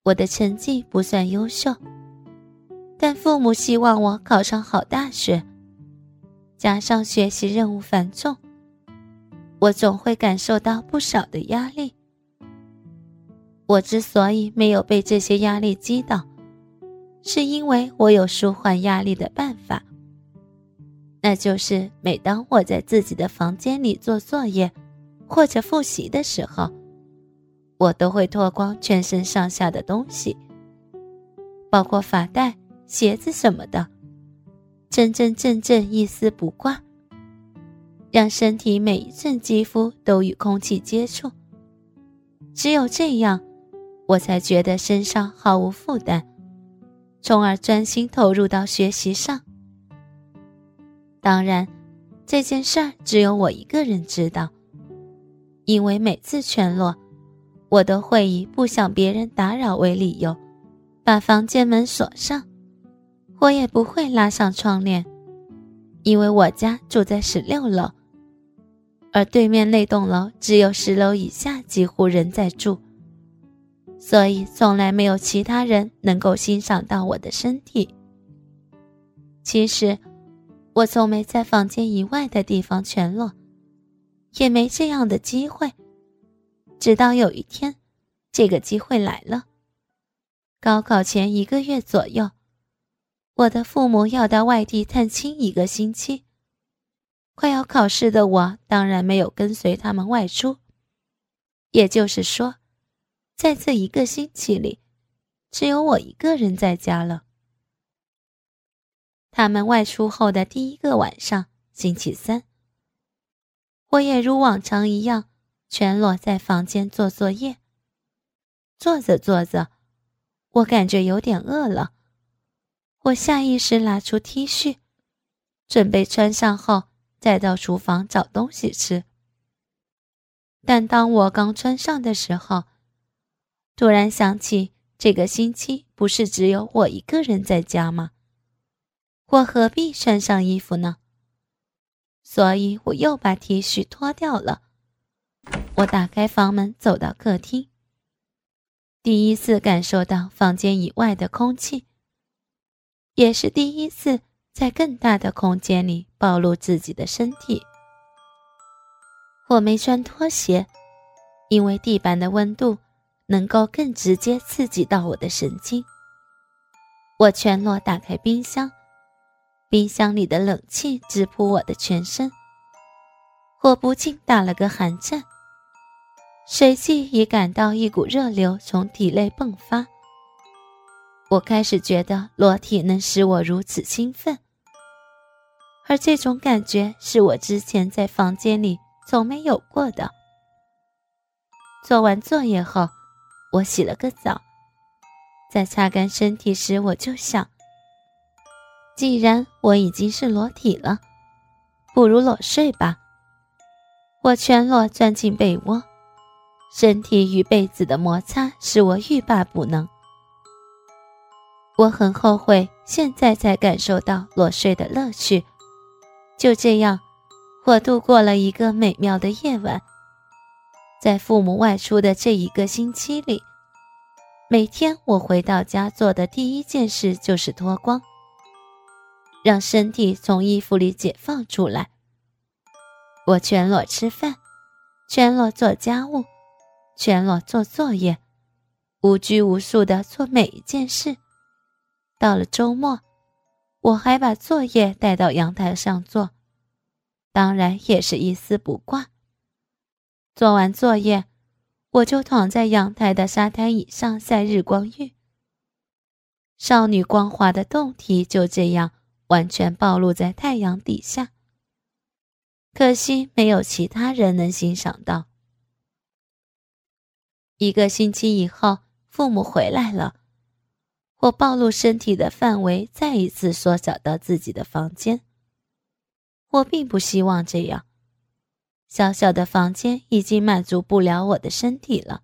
我的成绩不算优秀，但父母希望我考上好大学，加上学习任务繁重，我总会感受到不少的压力。我之所以没有被这些压力击倒，是因为我有舒缓压力的办法，那就是每当我在自己的房间里做作业或者复习的时候，我都会脱光全身上下的东西，包括发带、鞋子什么的，真真正正一丝不挂，让身体每一寸肌肤都与空气接触。只有这样，我才觉得身上毫无负担，从而专心投入到学习上。当然，这件事儿只有我一个人知道，因为每次全裸，我都会以不想别人打扰为理由，把房间门锁上。我也不会拉上窗帘，因为我家住在16楼，而对面那栋楼只有10楼以下几户人在住，所以从来没有其他人能够欣赏到我的身体。其实，我从没在房间以外的地方全裸，也没这样的机会。直到有一天，这个机会来了。高考前1个月左右，我的父母要到外地探亲1个星期。快要考试的我当然没有跟随他们外出，也就是说，在这1个星期里，只有我一个人在家了。他们外出后的第1个晚上，星期3，我也如往常一样全裸在房间做作业。做着做着，我感觉有点饿了，我下意识拿出 T 恤，准备穿上后再到厨房找东西吃。但当我刚穿上的时候，突然想起这个星期不是只有我一个人在家吗？我何必穿上衣服呢？所以我又把 T 恤脱掉了。我打开房门走到客厅，第一次感受到房间以外的空气，也是第一次在更大的空间里暴露自己的身体。我没穿拖鞋，因为地板的温度能够更直接刺激到我的神经。我全裸打开冰箱，冰箱里的冷气直扑我的全身，我不禁打了个寒战，随即已感到一股热流从体内迸发。我开始觉得裸体能使我如此兴奋，而这种感觉是我之前在房间里从没有过的。做完作业后，我洗了个澡，在擦干身体时，我就想，既然我已经是裸体了，不如裸睡吧。我全裸钻进被窝，身体与被子的摩擦使我欲罢不能。我很后悔现在才感受到裸睡的乐趣。就这样，我度过了一个美妙的夜晚。在父母外出的这1个星期里，每天我回到家做的第一件事就是脱光，让身体从衣服里解放出来。我全裸吃饭，全裸做家务，全裸做作业，无拘无束地做每一件事。到了周末，我还把作业带到阳台上做，当然也是一丝不挂。做完作业，我就躺在阳台的沙滩椅上晒日光浴。少女光滑的胴体就这样完全暴露在太阳底下，可惜没有其他人能欣赏到。1个星期以后，父母回来了，我暴露身体的范围再一次缩小到自己的房间。我并不希望这样，小小的房间已经满足不了我的身体了。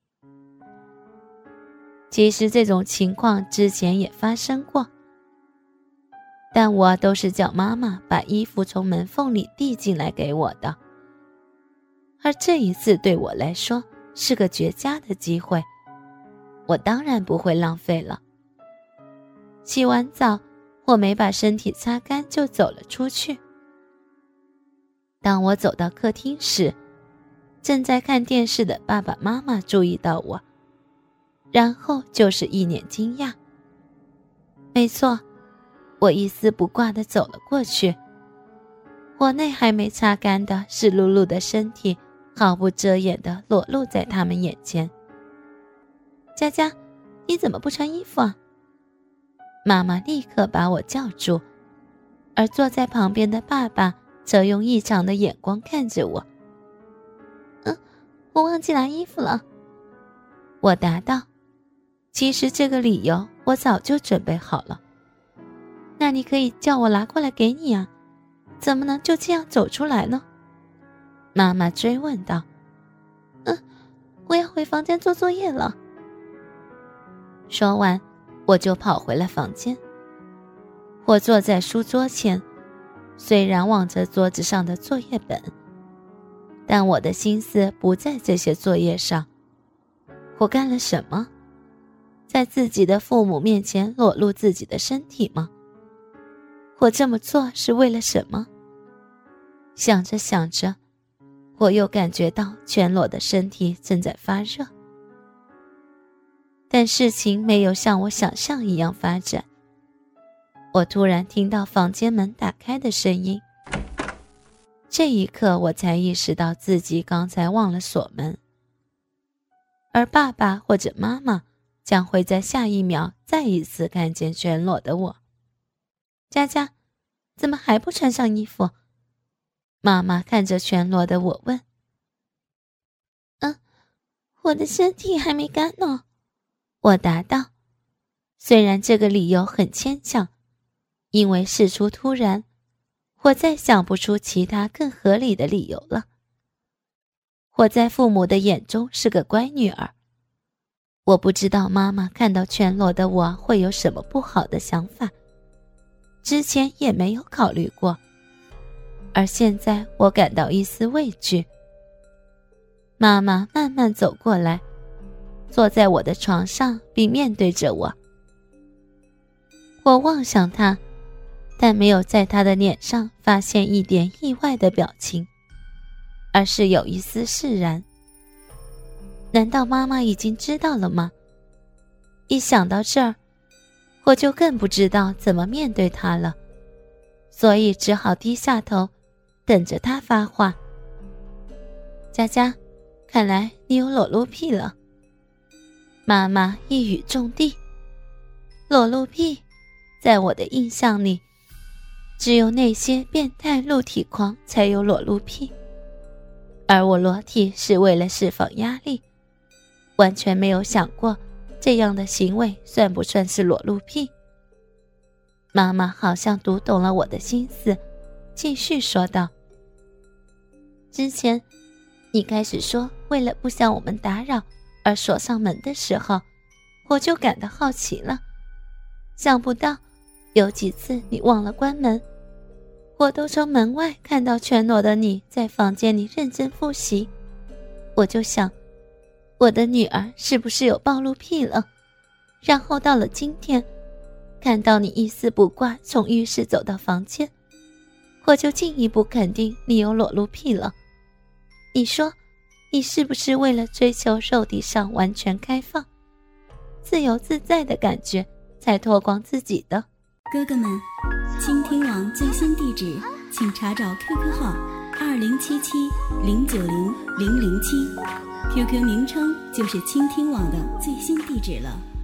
其实这种情况之前也发生过，但我都是叫妈妈把衣服从门缝里递进来给我的。而这一次对我来说是个绝佳的机会， 我当然不会浪费了。洗完澡，我没把身体擦干就走了出去。当我走到客厅时，正在看电视的爸爸妈妈注意到我，然后就是一脸惊讶。没错，我一丝不挂地走了过去，我那还没擦干的湿漉漉的身体毫不遮掩地裸露在他们眼前。佳佳，你怎么不穿衣服啊？妈妈立刻把我叫住，而坐在旁边的爸爸则用异常的眼光看着我。我忘记拿衣服了。我答道，其实这个理由我早就准备好了。那你可以叫我拿过来给你啊，怎么能就这样走出来呢？妈妈追问道。我要回房间做作业了。说完，我就跑回了房间。我坐在书桌前，虽然望着桌子上的作业本，但我的心思不在这些作业上。我干了什么？在自己的父母面前裸露自己的身体吗？我这么做是为了什么？想着想着，我又感觉到全裸的身体正在发热。但事情没有像我想象一样发展。我突然听到房间门打开的声音，这一刻我才意识到自己刚才忘了锁门，而爸爸或者妈妈将会在下一秒再一次看见全裸的我。佳佳，怎么还不穿上衣服？妈妈看着全裸的我问。我的身体还没干呢，我答道。虽然这个理由很牵强，因为事出突然，我再想不出其他更合理的理由了。我在父母的眼中是个乖女儿，我不知道妈妈看到全裸的我会有什么不好的想法，之前也没有考虑过，而现在我感到一丝畏惧。妈妈慢慢走过来，坐在我的床上并面对着我。我望向她，但没有在她的脸上发现一点意外的表情，而是有一丝释然。难道妈妈已经知道了吗？一想到这儿，我就更不知道怎么面对她了，所以只好低下头，等着她发话。佳佳，看来你有裸露癖了。妈妈一语中的。裸露癖，在我的印象里，只有那些变态露体狂才有裸露癖，而我裸体是为了释放压力，完全没有想过这样的行为算不算是裸露癖。妈妈好像读懂了我的心思，继续说道。之前你开始说为了不想我们打扰而锁上门的时候，我就感到好奇了。想不到有几次你忘了关门，我都从门外看到全裸的你在房间里认真复习，我就想我的女儿是不是有暴露癖了。然后到了今天，看到你一丝不挂从浴室走到房间，我就进一步肯定你有裸露癖了。你说你是不是为了追求肉体上完全开放、自由自在的感觉才脱光自己的？ 哥哥们，倾听网最新地址请查找 QQ 号2077090007，QQ 名称就是倾听网的最新地址了。